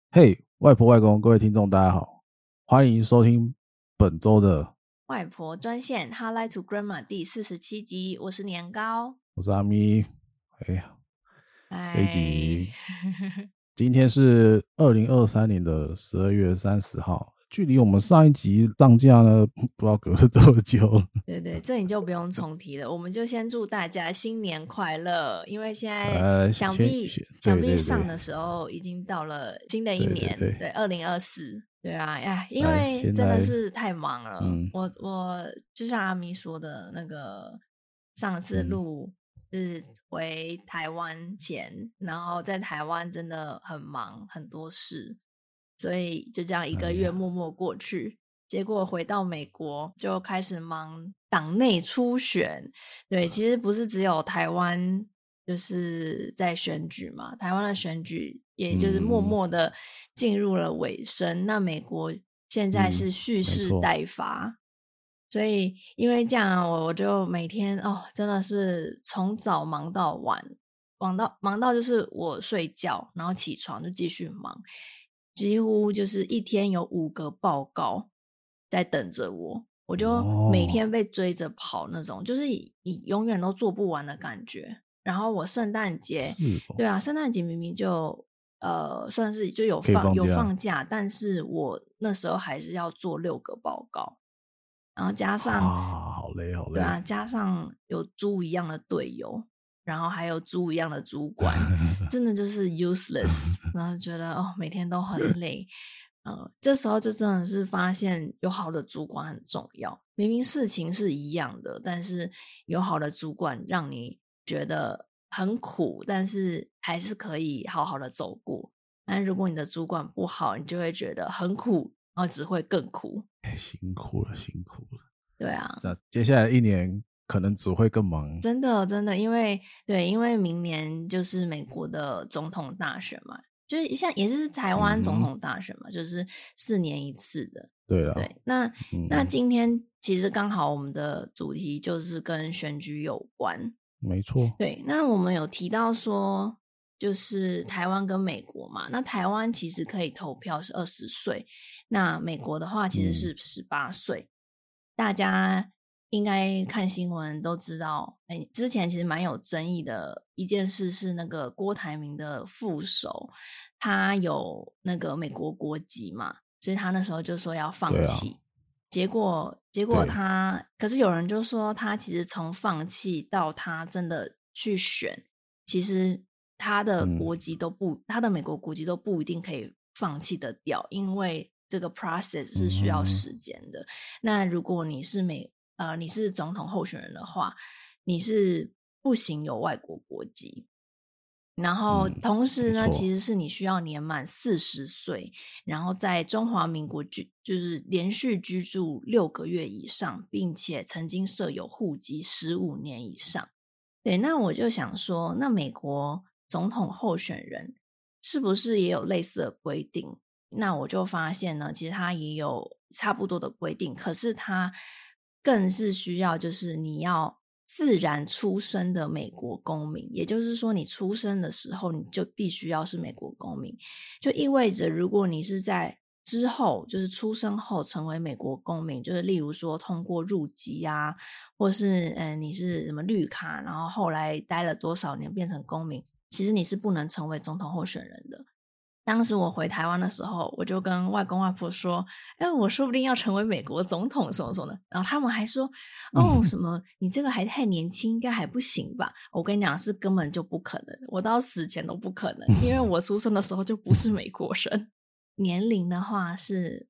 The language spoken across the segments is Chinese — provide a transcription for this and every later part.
嘿，外婆外公，各位听众，大家好，欢迎收听本周的外婆专线 Hotline to Grandma 第47集，我是年糕。 我是阿咪。哎呀，这一集哎， 今天是2023年的12月30号，距离我们上一集上架呢，不知道隔了多久。 对对，这你就不用重提了，我们就先祝大家新年快乐，因为现在想必上的时候已经到了新的一年，对，2024。对啊，呀，因为真的是太忙了。我就像阿咪说的那个，上次录是回台湾前，然后在台湾真的很忙，很多事，所以就这样一个月默默过去。结果回到美国就开始忙党内初选。对，其实不是只有台湾就是在选举嘛，台湾的选举也就是默默的进入了尾声。那美国现在是蓄势待发，所以因为这样我就每天真的是从早忙到晚，忙到就是我睡觉然后起床就继续忙，几乎就是一天有5个报告在等着我就每天被追着跑那种，就是你永远都做不完的感觉。然后我圣诞节，对啊，圣诞节明明就算是就有放假，但是我那时候还是要做6个报告，然后加上好累好累， 对啊，加上有猪一样的队友，然后还有猪一样的主管，真的就是 useless， 然后觉得每天都很累。这时候就真的是发现有好的主管很重要。明明事情是一样的，但是有好的主管让你觉得很苦，但是还是可以好好的走过。但如果你的主管不好，你就会觉得很苦，然后只会更苦。 辛苦了。 对啊， 接下来一年可能只会更忙。 真的，因为明年就是美国的总统大选嘛。就是像也是台湾总统大选嘛，就是4年一次的。 对了， 对，那今天其实刚好我们的主题就是跟选举有关。 没错。 对，那我们有提到说，就是台湾跟美国嘛，那台湾其实可以投票是20岁，那美国的话其实是18岁。大家应该看新闻都知道，之前其实蛮有争议的一件事是那个郭台铭的副手，他有那个美国国籍嘛，所以他那时候就说要放弃。结果可是有人就说他其实从放弃到他真的去选，其实他的国籍他的美国国籍都不一定可以放弃得掉，因为这个 process 是需要时间的。那如果你是你是总统候选人的话，你是不行有外国国籍。然后同时呢，其实是你需要年满40岁，然后在中华民国就是连续居住6个月以上，并且曾经设有户籍15年以上。对，那我就想说，那美国总统候选人是不是也有类似的规定？那我就发现呢，其实他也有差不多的规定，可是他更是需要就是你要自然出生的美国公民，也就是说你出生的时候你就必须要是美国公民，就意味着如果你是在之后就是出生后成为美国公民，就是例如说通过入籍啊，或是你是什么绿卡，然后后来待了多少年变成公民，其实你是不能成为总统候选人的。当时我回台湾的时候，我就跟外公外婆说，我说不定要成为美国总统什么什么的，然后他们还说什么你这个还太年轻，应该还不行吧。我跟你讲是根本就不可能，我到死前都不可能，因为我出生的时候就不是美国人。年龄的话是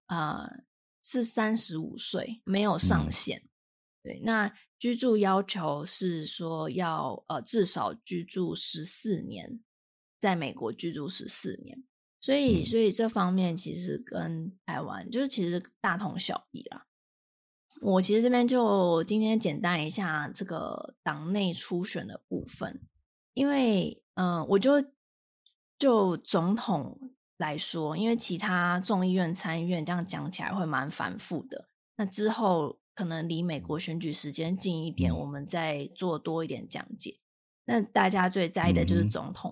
35岁，没有上限。对，那居住要求是说要至少居住14年，在美国居住14年。所以这方面其实跟台湾就是其实大同小异啦。我其实这边就今天简单一下这个党内初选的部分，因为我就总统来说，因为其他众议院参议院这样讲起来会蛮繁复的，那之后可能离美国选举时间近一点，我们再做多一点讲解。那大家最在意的就是总统嘛，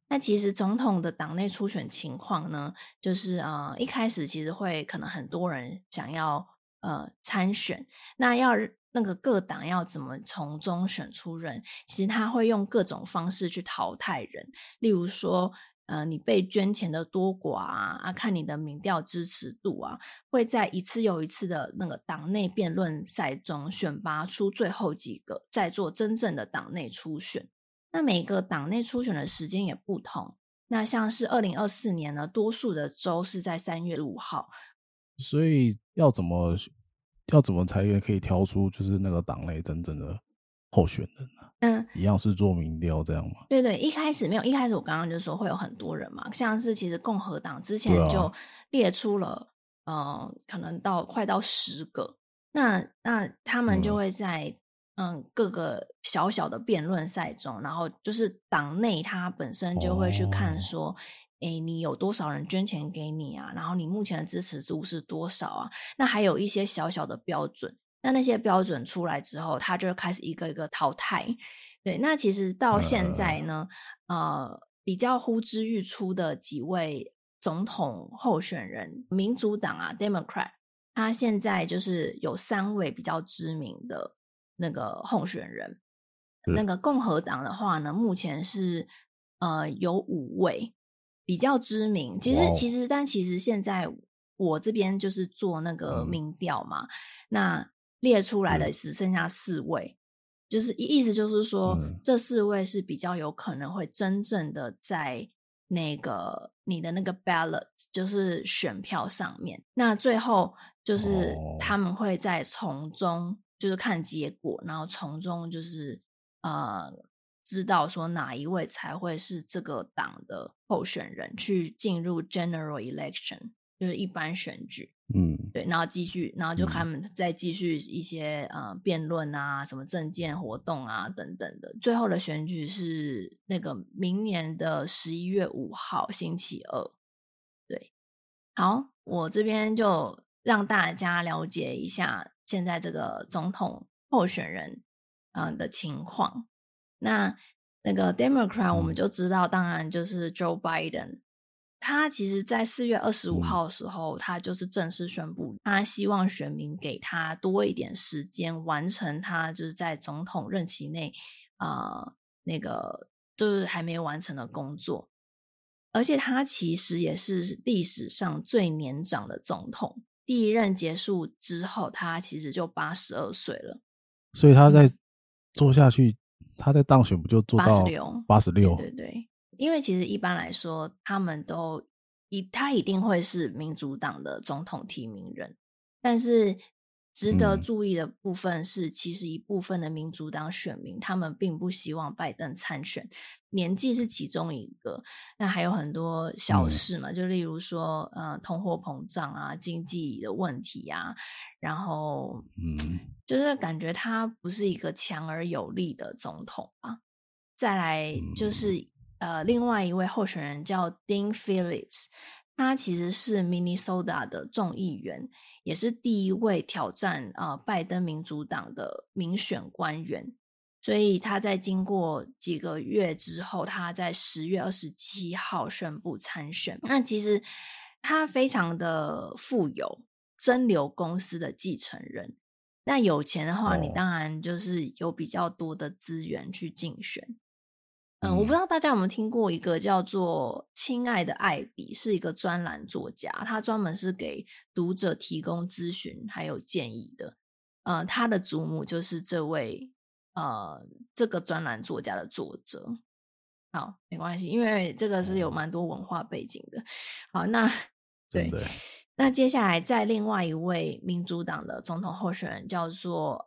那其实总统的党内初选情况呢，就是一开始其实会可能很多人想要参选，那那个各党要怎么从中选出人，其实他会用各种方式去淘汰人，例如说你被捐钱的多寡看你的民调支持度会在一次又一次的那个党内辩论赛中选拔出最后几个，再做真正的党内初选。那每个党内初选的时间也不同，那像是2024年呢，多数的州是在3月5号。 所以要怎么才可以挑出就是那个党内真正的候选人呢？一样是做民调这样吗？ 对对，一开始我刚刚就说会有很多人嘛，像是其实共和党之前就列出了可能快到10个，那他们就会在各个小小的辩论赛中，然后就是党内他本身就会去看说你有多少人捐钱给你然后你目前的支持度是多少那还有一些小小的标准，那些标准出来之后，他就开始一个一个淘汰。对，那其实到现在呢比较呼之欲出的几位总统候选人，民主党Democrat， 他现在就是有3位比较知名的那个候选人。那个共和党的话呢，目前是有5位比较知名。但其实现在我这边就是做那个民调嘛，那列出来的只剩下4位。就是意思就是说这4位是比较有可能会真正的在那个你的那个 ballot 就是选票上面，那最后就是他们会在从中就是看结果，然后从中就是知道说哪一位才会是这个党的候选人去进入 general election， 就是一般选举。对，然后就他们再继续一些辩论什么政见活动等等的。最后的选举是那个明年的11月5号星期二。对，好，我这边就让大家了解一下现在这个总统候选人的情况。那个 Democrat 我们就知道，当然就是 Joe Biden。他其实在4月25号的时候他就是正式宣布他希望选民给他多一点时间完成他就是在总统任期内那个就是还没完成的工作，而且他其实也是历史上最年长的总统，第一任结束之后他其实就82岁了， 所以他在做下去他在当选不就做到86？ 对对对，因为其实一般来说他一定会是民主党的总统提名人，但是值得注意的部分是其实一部分的民主党选民他们并不希望拜登参选，年纪是其中一个，那还有很多小事嘛，就例如说通货膨胀经济的问题然后就是感觉他不是一个强而有力的总统再来就是另外一位候选人叫 Dean Phillips， 他其实是 Minnesota 的众议员，也是第一位挑战拜登民主党的民选官员，所以他在经过几个月之后，他在10月27号宣布参选。那其实他非常的富有，蒸馏公司的继承人，那有钱的话你当然就是有比较多的资源去竞选。我不知道大家有没有听过一个叫做亲爱的艾比，是一个专栏作家，他专门是给读者提供咨询还有建议的。他的祖母就是这位这个专栏作家的作者。好，没关系，因为这个是有蛮多文化背景的。好，那对，那接下来在另外一位民主党的总统候选人叫做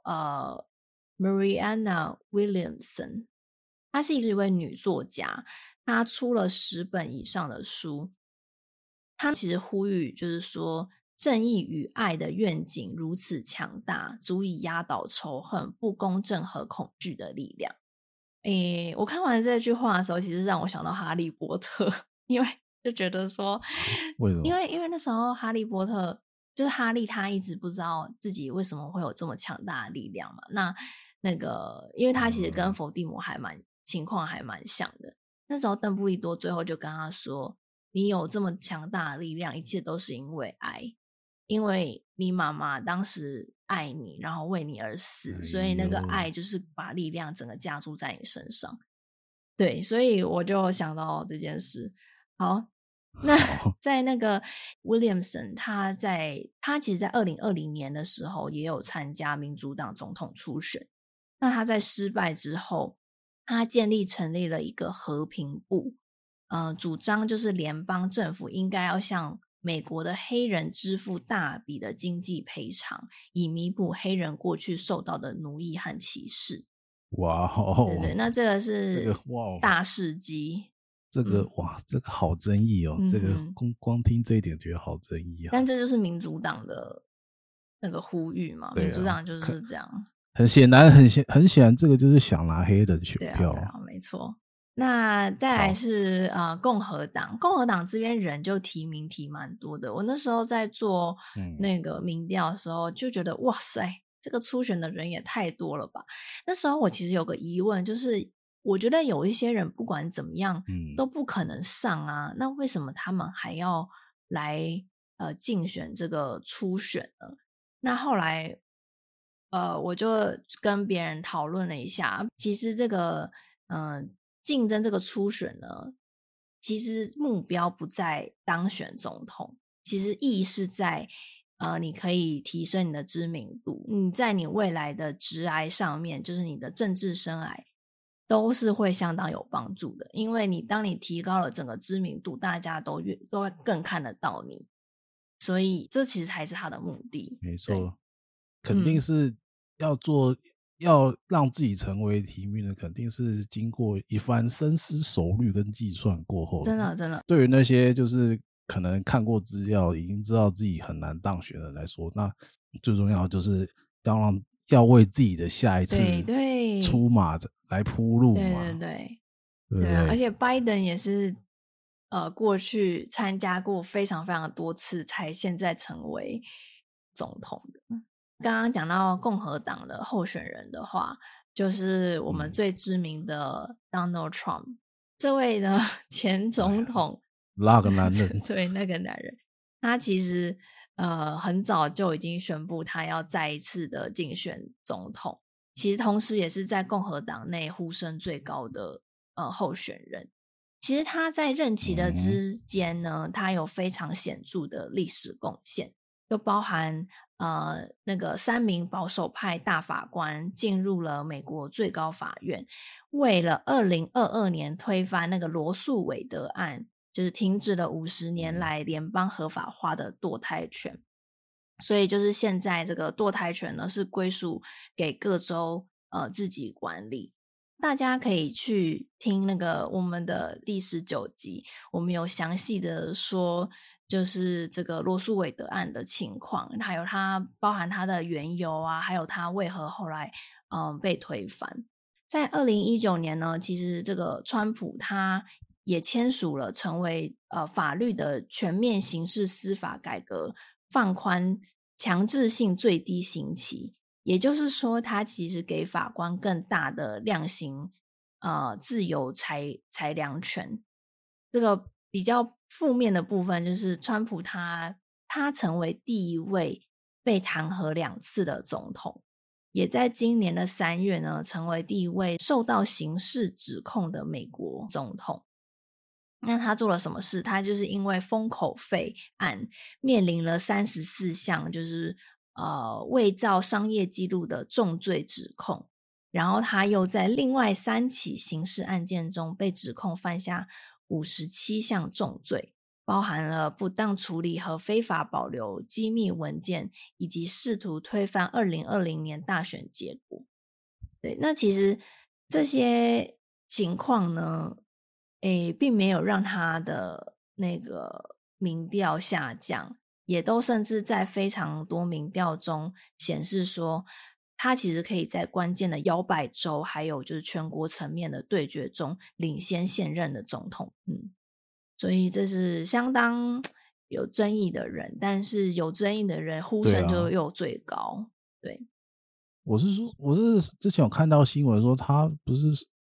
Marianne Williamson。她是一位女作家，她出了10本以上的书。她其实呼吁就是说，正义与爱的愿景如此强大，足以压倒仇恨、不公正和恐惧的力量。我看完这句话的时候，其实让我想到哈利波特，因为就觉得说， 为什么？ 因为那时候哈利波特就是哈利，他一直不知道自己为什么会有这么强大的力量嘛。那个，因为他其实跟伏地魔情况还蛮像的。 那时候邓布利多最后就跟他说，你有这么强大的力量，一切都是因为爱，因为你妈妈当时爱你，然后为你而死，所以那个爱就是把力量整个加注在你身上。对，所以我就想到这件事。好，那在那个 Williamson， 他其实在2020年的时候也有参加民主党总统初选。那他在失败之后，他成立了一个和平部，主张就是联邦政府应该要向美国的黑人支付大笔的经济赔偿，以弥补黑人过去受到的奴役和歧视。 哇哦， 对对，那这个是大事迹。 这个哇，这个好争议哦，这个光听这一点觉得好争议啊。 但这就是民主党的那个呼吁嘛，民主党就是这样。 很显然，这个就是想拿黑人选票。 对啊，没错。那再来是共和党这边人就提名提蛮多的。我那时候在做那个民调的时候，就觉得哇塞，这个初选的人也太多了吧。那时候我其实有个疑问，就是我觉得有一些人不管怎么样都不可能上啊，那为什么他们还要来竞选这个初选呢？那后来我就跟别人讨论了一下，其实这个竞争这个初选呢，其实目标不在当选总统，其实意义是在你可以提升你的知名度，你在你未来的职涯上面，就是你的政治生涯都是会相当有帮助的，因为当你提高了整个知名度，大家都会更看得到你，所以这其实才是他的目的。 没错，肯定是要让自己成为提名的，肯定是经过一番深思熟虑跟计算过后的。 真的， 对于那些就是可能看过资料，已经知道自己很难当选的人来说，那最重要的就是要为自己的下一次出马来铺路嘛。 对啊，而且拜登也是过去参加过非常非常多次，才现在成为总统的。刚刚讲到共和党的候选人的话，就是我们最知名的 Donald Trump 这位呢前总统， 那个男人对，那个男人，他其实很早就已经宣布他要再一次的竞选总统，其实同时也是在共和党内呼声最高的候选人。其实他在任期的之间呢，他有非常显著的历史贡献，就包含那个3名保守派大法官进入了美国最高法院，为了2022年推翻那个罗诉韦德案，就是停止了50年来联邦合法化的堕胎权。所以就是现在这个堕胎权呢是归属给各州自己管理。大家可以去听那个我们的第19集，我们有详细的说就是这个罗诉韦德案的情况，还有它包含它的缘由啊，还有它为何后来被推翻。在2019年呢，其实这个川普他也签署了成为法律的全面刑事司法改革，放宽强制性最低刑期，也就是说他其实给法官更大的量刑自由裁量权。这个比较负面的部分就是川普他成为第一位被弹劾2次的总统，也在今年的3月呢成为第一位受到刑事指控的美国总统。那他做了什么事？他就是因为封口费案面临了34项就是伪造商业记录的重罪指控，然后他又在另外3起刑事案件中被指控犯下57项重罪，包含了不当处理和非法保留机密文件，以及试图推翻2020年大选结果。对，那其实这些情况呢并没有让他的那个民调下降，也都甚至在非常多民调中显示说他其实可以在关键的摇摆州还有就是全国层面的对决中领先现任的总统。所以这是相当有争议的人，但是有争议的人呼声就又最高。对， 我是之前有看到新闻说他不是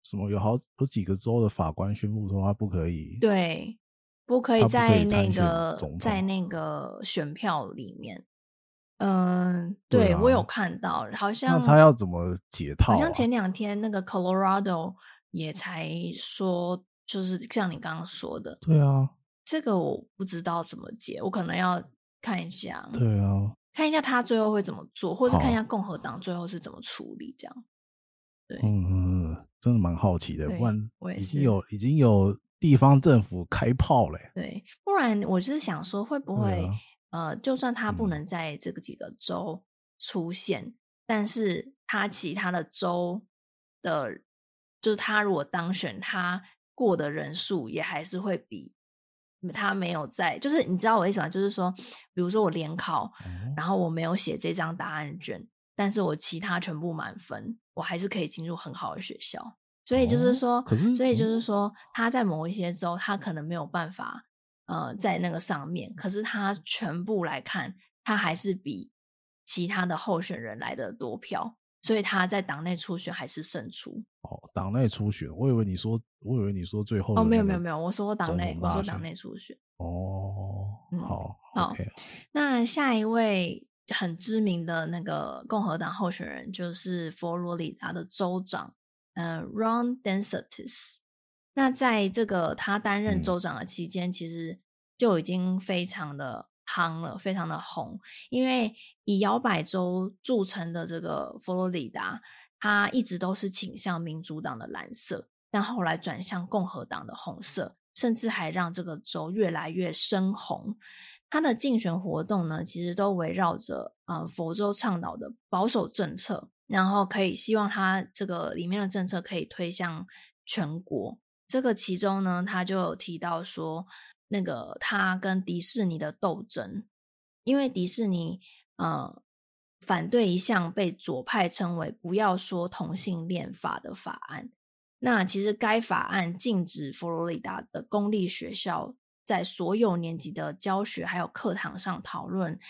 什么有几个州的法官宣布说他不可以， 对，不可以在那个选票里面。对， 啊， 我有看到，好像那他要怎么解套啊？ 好像前2天那个 Colorado 也才说，就是像你刚刚说的， 对啊， 这个我不知道怎么解，我可能要看一下， 对啊， 看一下他最后会怎么做，或是看一下共和党最后是怎么处理，这样。对， 真的蛮好奇的，不然已经有地方政府开炮嘞。 对，不然我是想说，会不会就算他不能在这个几个州出现，但是他其他的州的，就是他如果当选，他过的人数也还是会比他没有在，就是你知道我的意思吗？就是说，比如说我联考，然后我没有写这张答案卷，但是我其他全部满分，我还是可以进入很好的学校。所以就是说，他在某一些州，他可能没有办法，在那个上面，可是他全部来看，他还是比其他的候选人来的多票，所以他在党内初选还是胜出。 党内初选，我以为你说最后没有，我说党内初选。 好，OK。 那下一位很知名的那个共和党候选人就是佛罗里达的州长。Ron DeSantis， 那在这个他担任州长的期间，其实就已经非常的夯了，非常的红。因为以摇摆州著称的这个佛罗里达，他一直都是倾向民主党的蓝色，但后来转向共和党的红色，甚至还让这个州越来越深红。他的竞选活动呢，其实都围绕着佛州倡导的保守政策。然后可以希望他这个里面的政策可以推向全国。这个其中呢，他就有提到说，那个他跟迪士尼的斗争，因为迪士尼反对一项被左派称为不要说同性恋法的法案。那其实该法案禁止佛罗里达的公立学校在所有年级的教学还有课堂上讨论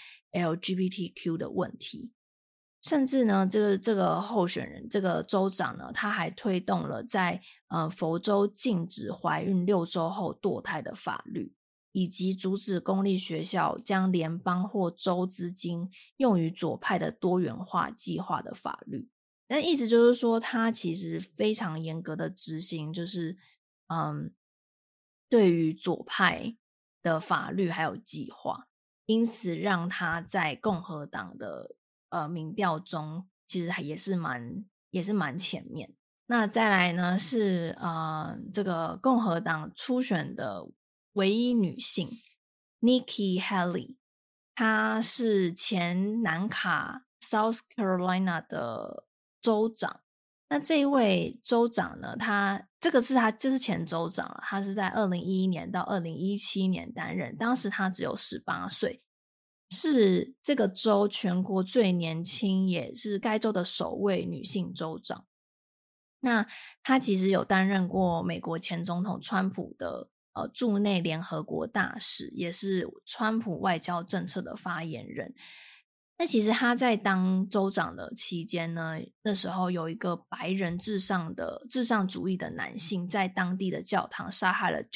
LGBTQ 的问题。甚至呢，这个候选人，这个州长呢，他还推动了在佛州禁止怀孕6周后堕胎的法律，以及阻止公立学校将联邦或州资金用于左派的多元化计划的法律。那意思就是说，他其实非常严格的执行，就是对于左派的法律还有计划，因此让他在共和党的民调中其实也是蛮前面。那再来呢是这个共和党初选的唯一女性 Nikki Haley， 她是前南卡 South Carolina 的州长。那这一位州长呢，这是前州长了，他是在2011年到2017年担任，当时他只有18岁。是这个州全国最年轻，也是该州的首位女性州长。那她其实有担任过美国前总统川普的驻内联合国大使，也是川普外交政策的发言人。那其实他在当州长的期间呢，那时候有一个白人至上主义的男性在当地的教堂杀害了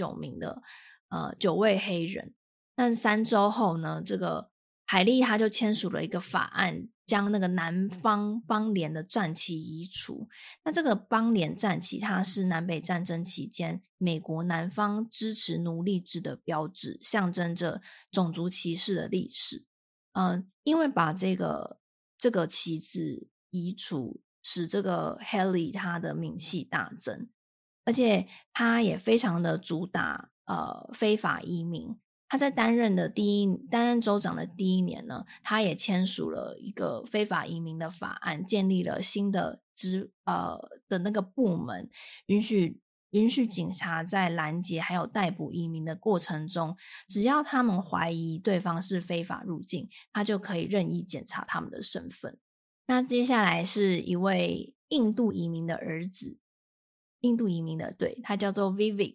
9位黑人。但3周后呢，这个海莉他就签署了一个法案，将那个南方邦联的战旗移除。那这个邦联战旗它是南北战争期间美国南方支持奴隶制的标志，象征着种族歧视的历史。因为把这个旗子移除，使这个 Haley 他的名气大增，而且他也非常的主打非法移民。他在担任州长的第1年呢，他也签署了一个非法移民的法案，建立了新的的那个部门，允许警察在拦截还有逮捕移民的过程中，只要他们怀疑对方是非法入境，他就可以任意检查他们的身份。那接下来是一位印度移民的儿子，对，他叫做 Vivi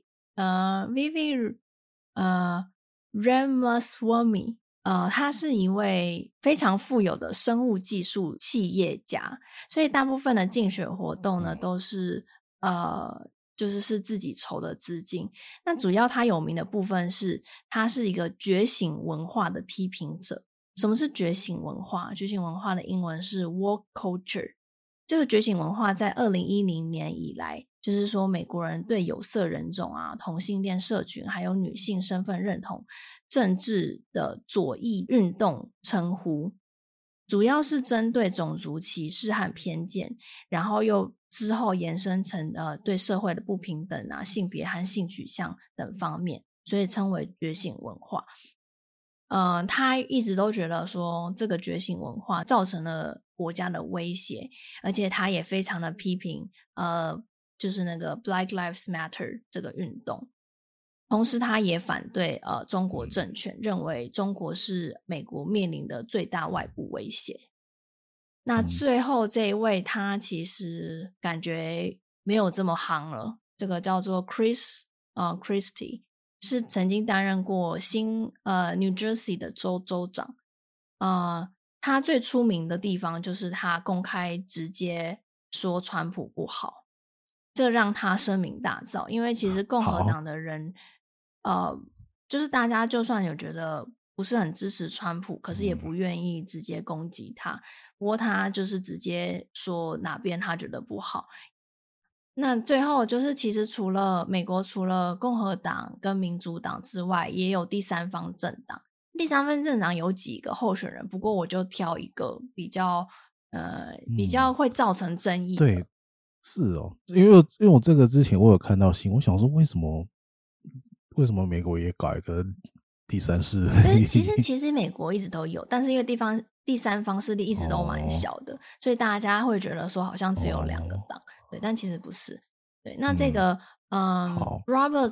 Ramaswamy， 他是一位非常富有的生物技术企业家，所以大部分的竞选活动呢都是就是自己筹的资金。那主要他有名的部分是他是一个觉醒文化的批评者。什么是觉醒文化？觉醒文化的英文是 woke culture。这个觉醒文化在2010年以来，就是说美国人对有色人种啊、同性恋社群还有女性身份认同政治的左翼运动称呼，主要是针对种族歧视和偏见，然后又之后延伸成对社会的不平等啊、性别和性取向等方面，所以称为觉醒文化。他一直都觉得说这个觉醒文化造成了国家的威胁，而且他也非常的批评就是那个 Black Lives Matter 这个运动。同时他也反对中国政权，认为中国是美国面临的最大外部威胁。那最后这一位他其实感觉没有这么夯了，这个叫做 Christie， 是曾经担任过New Jersey 的州长。他最出名的地方就是他公开直接说川普不好，这让他声名大噪。因为其实共和党的人就是大家就算有觉得不是很支持川普，可是也不愿意直接攻击他，不过他就是直接说哪边他觉得不好。那最后就是其实美国除了共和党跟民主党之外，也有第三方政党。第三方政党有几个候选人，不过我就挑一个比较会造成争议的。 对，是哦，因为我这个之前我有看到新闻，我想说为什么美国也搞一个第三势力？ 对，其实美国一直都有，但是因为第三方势力一直都蛮小的，所以大家会觉得说好像只有2个党，对，但其实不是。对，那这个Robert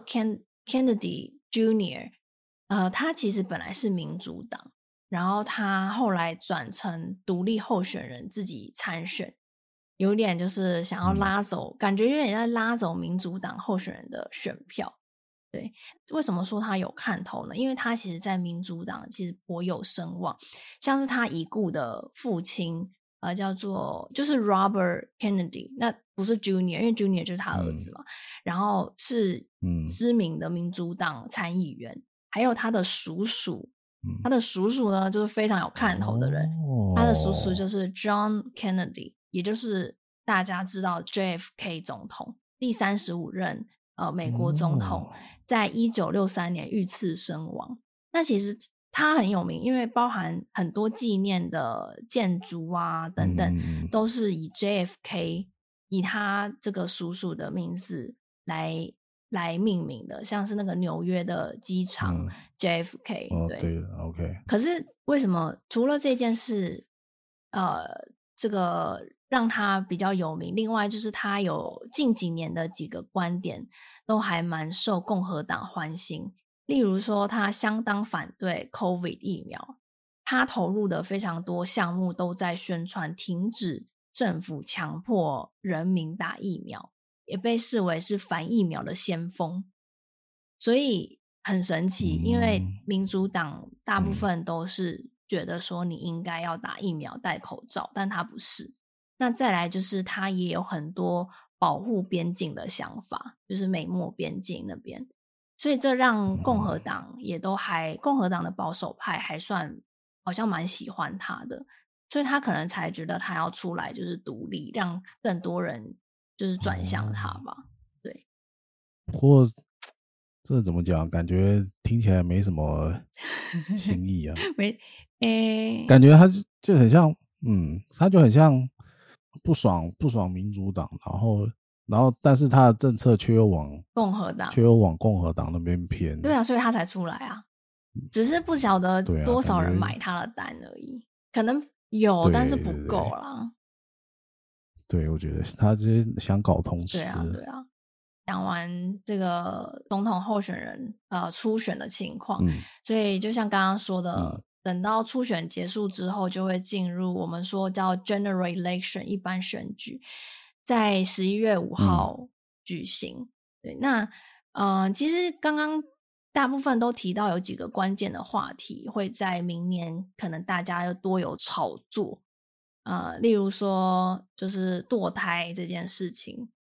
Kennedy Jr. 他其实本来是民主党，然后他后来转成独立候选人自己参选，有点就是想要拉走，感觉有点在拉走民主党候选人的选票。对，为什么说他有看头呢？因为他其实在民主党其实颇有声望，像是他已故的父亲叫做就是 Robert Kennedy， 那不是 Junior， 因为 Junior 就是他儿子嘛，然后是知名的民主党参议员，还有他的叔叔，他的叔叔呢就是非常有看头的人，他的叔叔就是 John Kennedy， 也就是大家知道 JFK 总统，第35任美国总统，在1963年遇刺身亡。那其实他很有名，因为包含很多纪念的建筑啊等等，都是以 JFK 以他这个叔叔的名字来命名的，像是那个纽约的机场JFK。 对 ，OK。 可是为什么除了这件事，这个让他比较有名，另外就是他有近几年的几个观点都还蛮受共和党欢心，例如说他相当反对 COVID 疫苗，他投入的非常多项目都在宣传停止政府强迫人民打疫苗，也被视为是反疫苗的先锋。所以很神奇，因为民主党大部分都是觉得说你应该要打疫苗戴口罩，但他不是。那再来就是他也有很多保护边境的想法，就是美墨边境那边，所以这让共和党共和党的保守派还算好像蛮喜欢他的，所以他可能才觉得他要出来就是独立，让更多人就是转向他吧。对， 不过这怎么讲？感觉听起来没什么新意啊。感觉他就很像，他就很像不爽民主党，然后但是他的政策却又往共和党那边偏。 对啊，所以他才出来啊，只是不晓得多少人买他的单而已，可能有，但是不够啦。 对，我觉得他就是想搞通吃。 对啊。讲完这个总统候选人初选的情况，所以就像刚刚说的，等到初选结束之后，就会进入我们说叫 General Election 一般选举，在11月5号举行。对，那其实刚刚大部分都提到有几个关键的话题会在明年可能大家又多有炒作，例如说就是堕胎这件事情。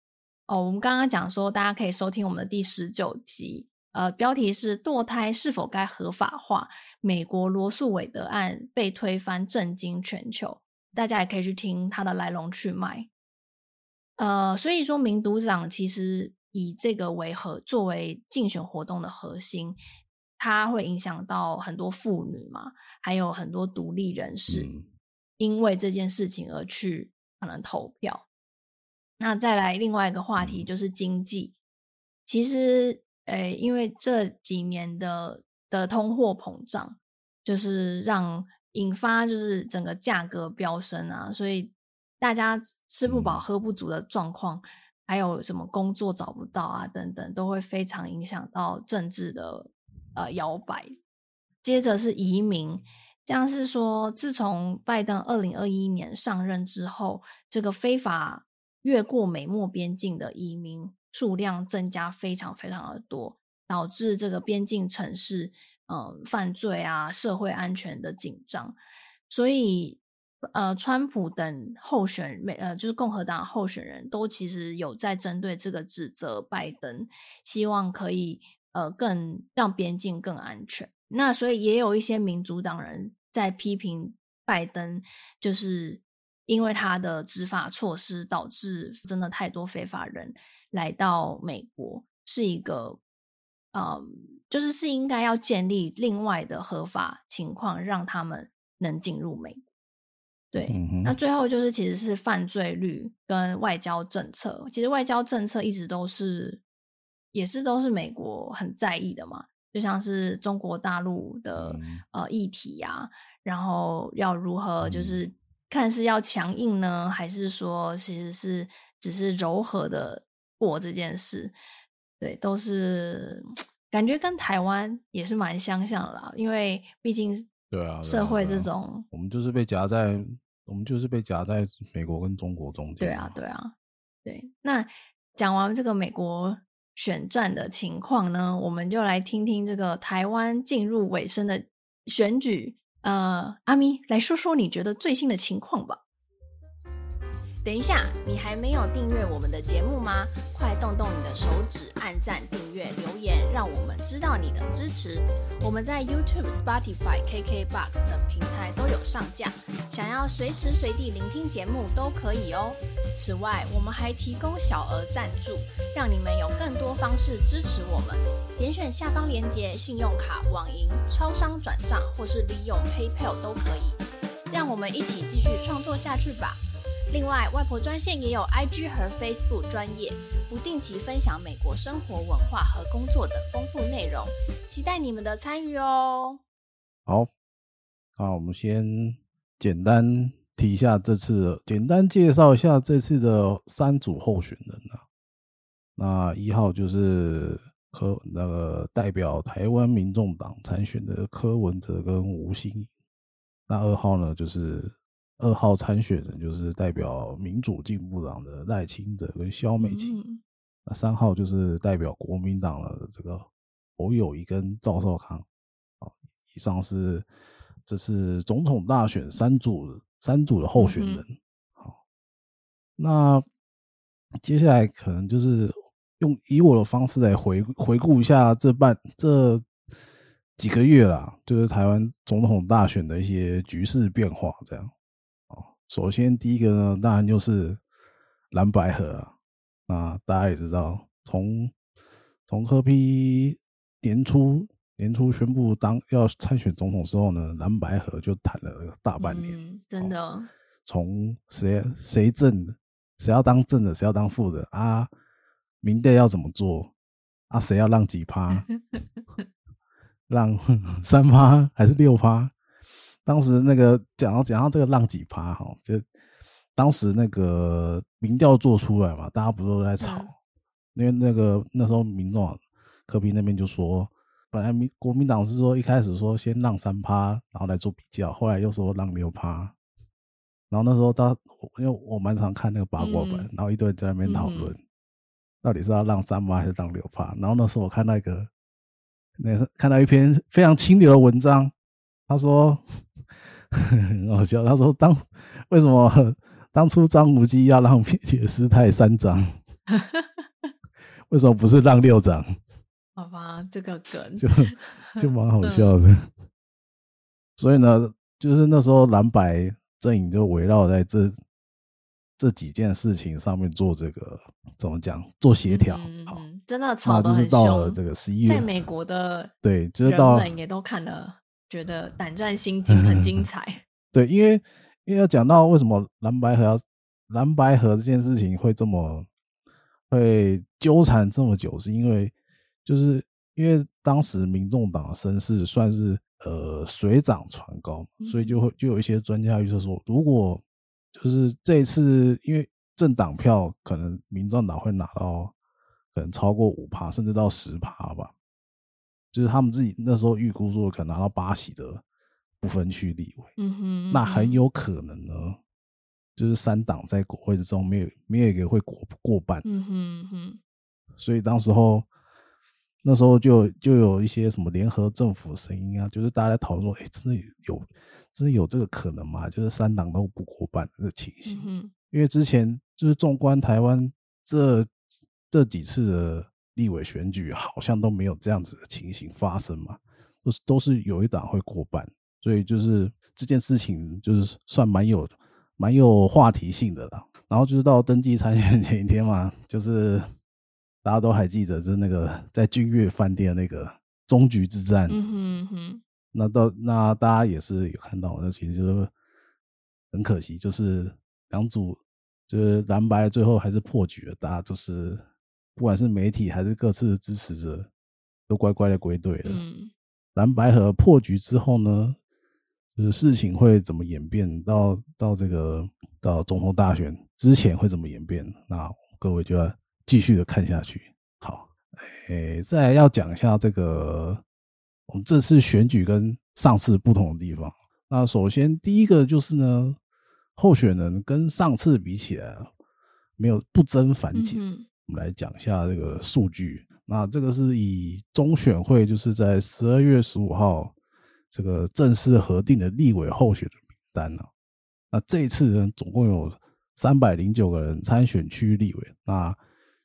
我们刚刚讲说大家可以收听我们的第19集，标题是堕胎是否该合法化，美国罗诉韦德案被推翻震惊全球，大家也可以去听它的来龙去脉。所以说民主党其实以这个作为竞选活动的核心，它会影响到很多妇女嘛，还有很多独立人士，因为这件事情而去可能投票。那再来另外一个话题就是经济，其实因为这几年的通货膨胀，就是引发就是整个价格飙升啊，所以大家吃不饱喝不足的状况，还有什么工作找不到啊等等，都会非常影响到政治的摇摆。接着是移民，像是说自从拜登2021年上任之后，这个非法越过美墨边境的移民数量增加非常非常的多，导致这个边境城市犯罪啊社会安全的紧张，所以川普等候选就是共和党候选人都其实有在针对这个指责拜登，希望可以更让边境更安全。那所以也有一些民主党人在批评拜登，就是因为他的执法措施导致真的太多非法人来到美国，是一个就是应该要建立另外的合法情况，让他们能进入美国。对，那最后就是其实是犯罪率跟外交政策，其实外交政策一直都是美国很在意的嘛，就像是中国大陆的议题啊，然后要如何就是看是要强硬呢，还是说其实是只是柔和的过这件事。对，都是感觉跟台湾也是蛮相像的啦，因为毕竟社会这种我们就是被夹在美国跟中国中间。 对。那讲完这个美国选战的情况呢，我们就来听听这个台湾进入尾声的选举。阿咪来说说你觉得最新的情况吧。等一下，你还没有订阅我们的节目吗？快动动你的手指，按赞、订阅、留言，让我们知道你的支持。我们在 YouTube、Spotify、KKBOX 等平台都有上架，想要随时随地聆听节目都可以哦。此外，我们还提供小额赞助，让你们有更多方式支持我们。点选下方连结，信用卡、网银、超商转账，或是利用 PayPal 都可以。让我们一起继续创作下去吧。另外，外婆专线也有 IG 和 Facebook 专页，不定期分享美国生活文化和工作等丰富内容，期待你们的参与哦。 好，那我们先简单提一下简单介绍一下这次的3组候选人啊。那1号就是代表台湾民众党参选的柯文哲跟吴欣颖。那2号呢，就是2号参选人就是代表民主进步党的赖清德跟萧美琴。那3号就是代表国民党的这个侯友宜跟赵少康。以上是这次总统大选三组的候选人。好，那接下来可能就是以我的方式来回顾一下这几个月啦，就是台湾总统大选的一些局势变化这样。首先第一个呢，当然就是蓝白合啊。那大家也知道，从柯 P 年初宣布要参选总统之后呢，蓝白合就谈了大半年。 真的。 从谁正的，谁要当正的，谁要当副的啊？民调要怎么做啊？谁要让几趴？让3%还是6%？当时那个讲到这个让几趴哈，就当时那个民调做出来嘛，大家不都在吵？因为那时候民众柯 P 那边就说，本来国民党是说一开始说先让3%，然后来做比较，后来又说让6%。然后那时候因为我蛮常看那个八卦版，然后一堆人在那边讨论，到底是要让3%还是让6%。然后那时候我看到一篇非常清流的文章，他说很好笑，他说为什么当初张无忌要让铁师太3张为什么不是让六长？ 好吧，这个梗就蛮好笑的。所以呢，就是那时候蓝白阵营就围绕在这几件事情上面做这个怎么讲，做协调。好， 真的吵得很凶。 那就是到了这个11月， 在美国的对，就是到人们也都看了，觉得胆战心惊，很精彩。 对，因为要讲到为什么蓝白合这件事情会这么会纠缠这么久，是因为就是因为当时民众党的声势算是水涨船高，所以就有一些专家预测说，如果就是这一次因为政党票可能民众党会拿到可能超过 5% 甚至到 10% 吧，就是他们自己那时候预估说可能拿到8席的不分区立委，那很有可能呢，就是3党在国会之中没有一个会过半，所以那时候就有一些什么联合政府的声音啊，就是大家在讨论说，真的有这个可能吗？就是3党都不过半的情形，因为之前就是纵观台湾这几次的立委选举，好像都没有这样子的情形发生嘛，都是有一党会过半，所以就是这件事情就是算蛮有话题性的啦。然后就是到登记参选前一天嘛，就是大家都还记得，就是那个在君悦饭店那个终局之战。那大家也是有看到，那其实就是很可惜，就是两组就是蓝白最后还是破局了，大家就是不管是媒体还是各自的支持者都乖乖的归队了。蓝白合破局之后呢，就是事情会怎么演变，到总统大选之前会怎么演变，那各位就要继续的看下去。好，再来要讲一下这个我们这次选举跟上次不同的地方。那首先第一个就是呢，候选人跟上次比起来没有不增反减。我们来讲一下这个数据。那这个是以中选会就是在12月15号这个正式核定的立委候选的名单啊。那这一次呢，总共有309个人参选区域立委，那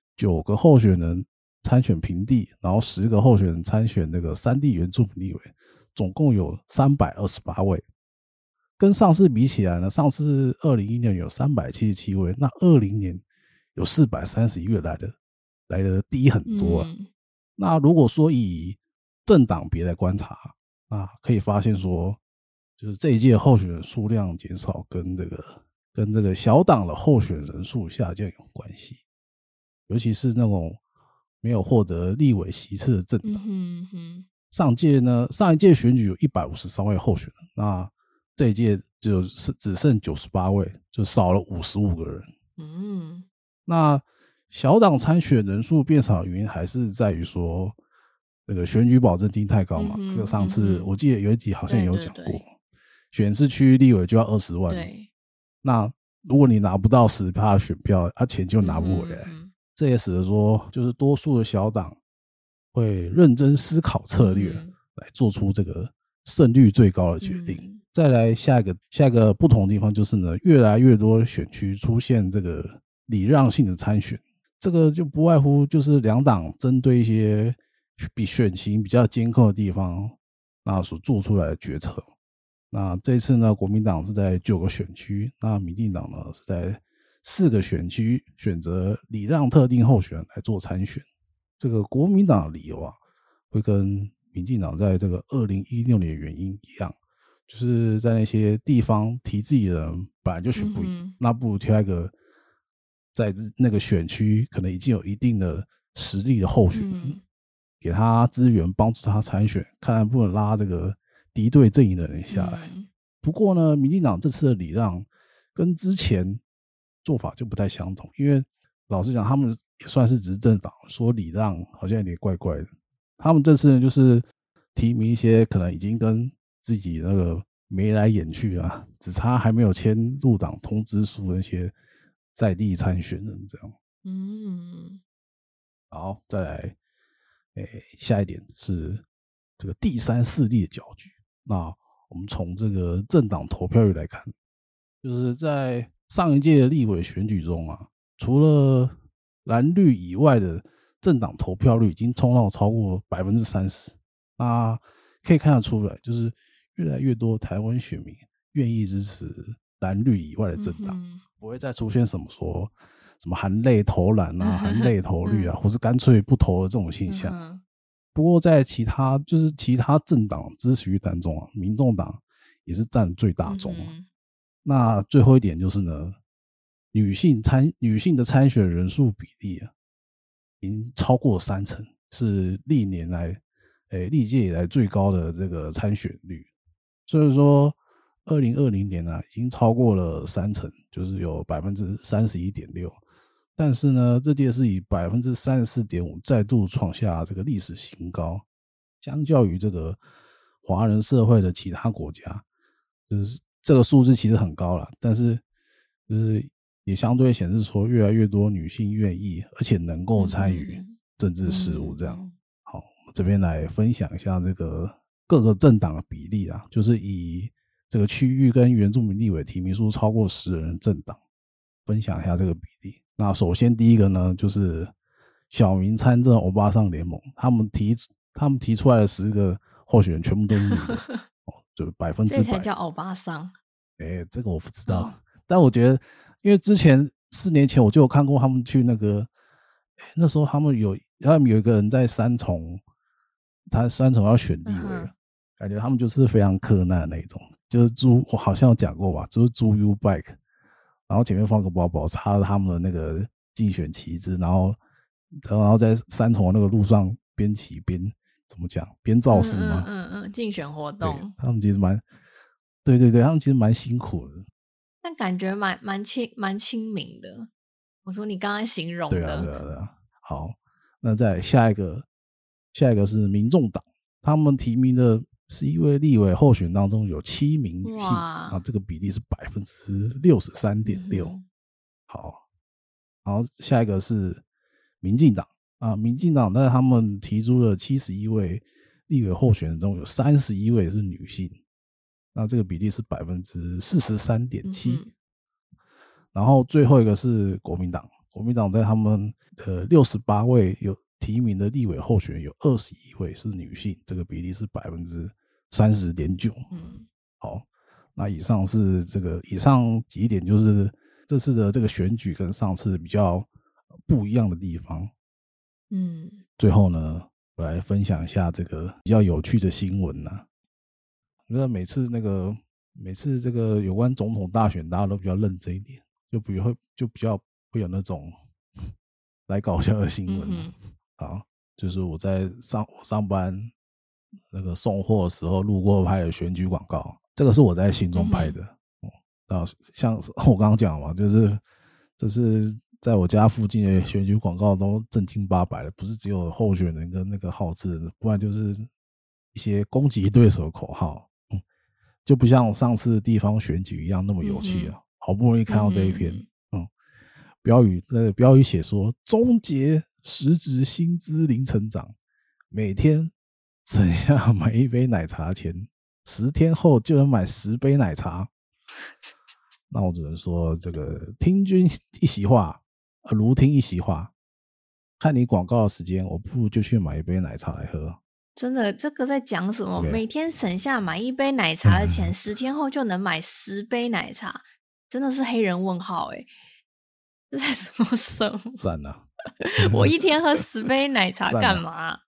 9个候选人参选平地，然后10个候选人参选那个山地原住民立委，总共有328位。跟上次比起来呢，上次2016年有377位，那20年有431位，来的低很多啊。那如果说以政党别来观察，那可以发现说，就是这一届候选人数量减少跟这个小党的候选人数下降有关系，尤其是那种没有获得立委席次的政党。上一届选举有153位候选人，那这一届只剩98位，就少了55个人。那小党参选人数变少的原因还是在于说那个选举保证金太高嘛。上次我记得有一集好像有讲过，选市区立委就要20万。那如果你拿不到10%的选票，钱就拿不回来。这也使得说，就是多数的小党会认真思考策略，来做出这个胜率最高的决定。再来下一个不同的地方就是呢，越来越多选区出现这个礼让性的参选，这个就不外乎就是两党针对一些比选情比较监控的地方，那所做出来的决策。那这一次呢，国民党是在9个选区，那民进党呢是在4个选区选择礼让特定候选人来做参选。这个国民党的理由啊，会跟民进党在这个2016年的原因一样，就是在那些地方提自己的人本来就选不赢，那不如挑一个在那个选区可能已经有一定的实力的候选人，给他资源帮助他参选，看能不能拉这个敌对阵营的人下来。不过呢，民进党这次的礼让跟之前做法就不太相同，因为老实讲他们也算是执政党，说礼让好像有点怪怪的。他们这次呢就是提名一些可能已经跟自己那个眉来眼去啊，只差还没有签入党通知书的那些在地参选人这样。好，再来下一点是这个第3势力的搅局。那我们从这个政党投票率来看，就是在上一届的立委选举中啊，除了蓝绿以外的政党投票率已经冲到超过 30%。 那可以看得出来，就是越来越多台湾选民愿意支持蓝绿以外的政党，不会再出现什么说什么含泪投蓝啊含泪投绿啊或是干脆不投的这种现象。不过在其他政党支持率当中啊，民众党也是占最大宗。那最后一点就是呢，女性的参选人数比例啊，已经超过30%，是历届以来最高的这个参选率。所以说2020年啊，已经超过了30%，就是有 31.6%。但是呢，这届是以 34.5% 再度创下这个历史新高。相较于这个华人社会的其他国家，就是这个数字其实很高了，但是就是也相对显示说越来越多女性愿意而且能够参与政治事务这样。好，我们这边来分享一下这个各个政党的比例啊，就是以这个区域跟原住民立委提名数超过10人的政党，分享一下这个比例。那首先第一个呢，就是小民参政欧巴桑联盟，他们提出来的10个候选人全部都是女的就100%。 这才叫欧巴桑。 这个我不知道。但我觉得因为之前4年前我就有看过他们去那个那时候他们有一个人在三重要选立委，感觉他们就是非常克难的那种，就是我好像有讲过吧，就是租 U-Bike， 然后前面放个包包，插了他们的那个竞选旗帜，然后在三重那个路上边骑边怎么讲边造势吗？ 竞选活动。 他们其实对，他们其实蛮辛苦的， 但感觉蛮亲民的。我说你刚刚形容的。 对啊。好，那再下一个是民众党，他们提名的11位立委候选当中有7名女性啊，这个比例是 63.6%。好，然后下一个是民进党啊，民进党在他们提出的71位立委候选人中有31位是女性，那这个比例是 43.7%。然后最后一个是国民党在他们68位有提名的立委候选人有21位是女性，这个比例是 30.9%。好，那以上几点就是这次的这个选举跟上次比较不一样的地方。最后呢，我来分享一下这个比较有趣的新闻啊。我觉得每次这个有关总统大选，大家都比较认真一点，就比较会有那种来搞笑的新闻。好，就是我在上班那个送货的时候路过拍的选举广告，这个是我在心中拍的。像我刚刚讲嘛，这是在我家附近的选举广告都正经八百的，不是只有候选人跟那个号字，不然就是一些攻击对手的口号。就不像上次地方选举一样那么有趣啊。好不容易看到这一篇，标语写说终结实质薪资零成长，每天省下买一杯奶茶钱，10天后就能买10杯奶茶。那我只能说，这个听君一席话，如听一席话。看你广告的时间，我不如就去买一杯奶茶来喝。 真的，这个在讲什么？每天省下买一杯奶茶的钱，10天后就能买10杯奶茶，真的是黑人问号这在说什么？ 赞啊！ 我一天喝10杯奶茶干嘛？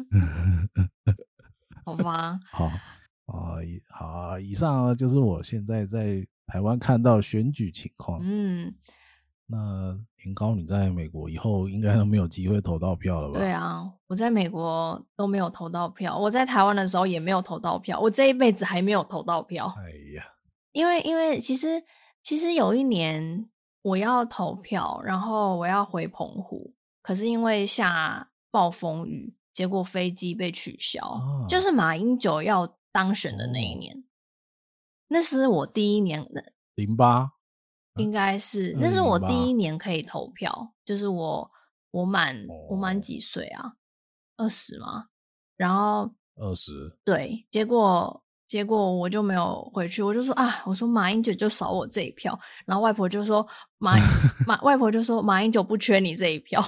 好吧。 好，以上就是我现在在台湾看到选举情况。那年糕你在美国以后应该都没有机会投到票了吧？ 对啊，我在美国都没有投到票，我在台湾的时候也没有投到票，我这一辈子还没有投到票。 哎呀， 因为其实有一年我要投票，然后我要回澎湖，可是因为下暴风雨，结果飞机被取消。就是马英九要当选的那一年。那是我第一年 08 应该是，那是我第一年可以投票，就是我满几岁啊？20吗？然后 20， 对，结果我就没有回去，我就说我说马英九就少我这一票，然后外婆就说外婆就说马英九不缺你这一票，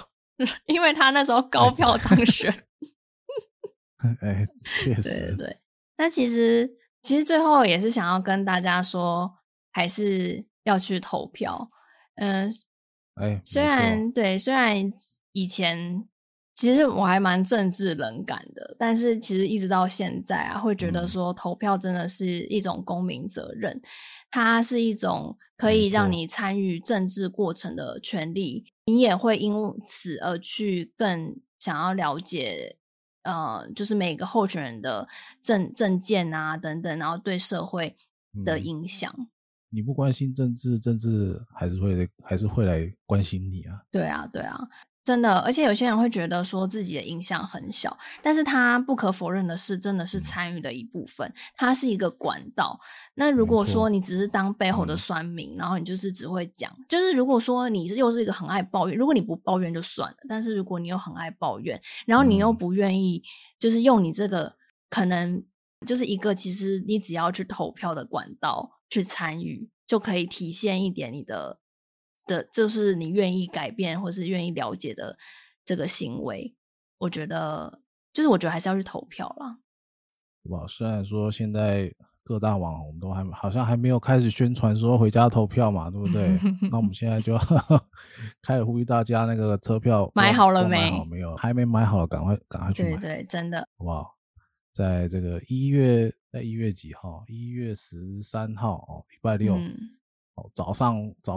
因为他那时候高票当选。 哎，确实。 对对对，那其实最后也是想要跟大家说，还是要去投票。虽然以前其实我还蛮政治冷感的，但是其实一直到现在啊，会觉得说投票真的是一种公民责任，它是一种可以让你参与政治过程的权利，你也会因此而去更想要了解就是每个候选人的政见啊等等，然后对社会的影响。 你不关心政治，政治还是会来关心你啊。 对啊对啊，真的。而且有些人会觉得说自己的影响很小，但是他不可否认的是真的是参与的一部分，它是一个管道。那如果说你只是当背后的酸民，然后你就是只会讲，就是如果说你又是一个很爱抱怨，如果你不抱怨就算了，但是如果你又很爱抱怨，然后你又不愿意就是用你这个可能就是一个其实你只要去投票的管道去参与，就可以体现一点你的就是你愿意改变或是愿意了解的这个行为。我觉得还是要去投票啦。 虽然说现在各大网红都好像还没有开始宣传说回家投票嘛，对不对？那我们现在就开始呼吁大家，那个车票买好了没？买好没有？还没买好，赶快去买。 对，真的， 好不好？在这个1月几号？1月13号礼拜六，早上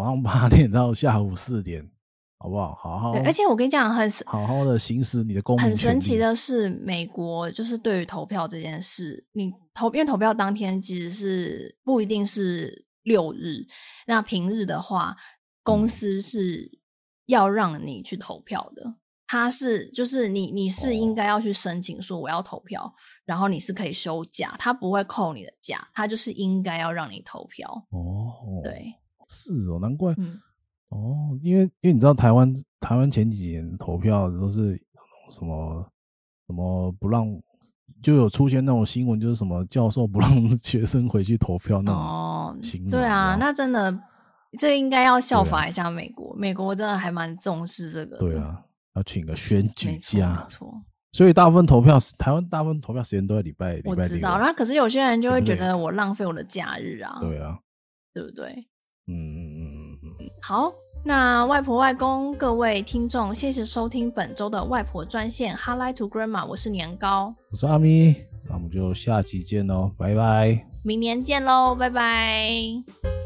8点到下午4点，好不好？好好。 对，而且我跟你讲， 好好的行使你的公民权利。 很神奇的是，美国就是对于投票这件事，因为投票当天其实是不一定是6日，那平日的话，公司是要让你去投票的。它是就是你是应该要去申请说我要投票，然后你是可以休假，他不会扣你的假，他就是应该要让你投票。对， 是难怪。因为你知道台湾前几年投票都是什么不让，就有出现那种新闻，就是什么教授不让学生回去投票那种新闻。 对啊，那真的这应该要效法一下美国。美国真的还蛮重视这个的。 对啊，要请个选举假。 没错。 所以台湾大部分投票时间都在礼拜六。 我知道，那可是有些人就会觉得我浪费我的假日啊。 对啊， 对不对？ 好， 那外婆外公各位听众，谢谢收听本周的外婆专线 Highlight to Grandma， 我是年糕， 我是阿咪，那我们就下期见咯，拜拜， 明年见咯，拜拜。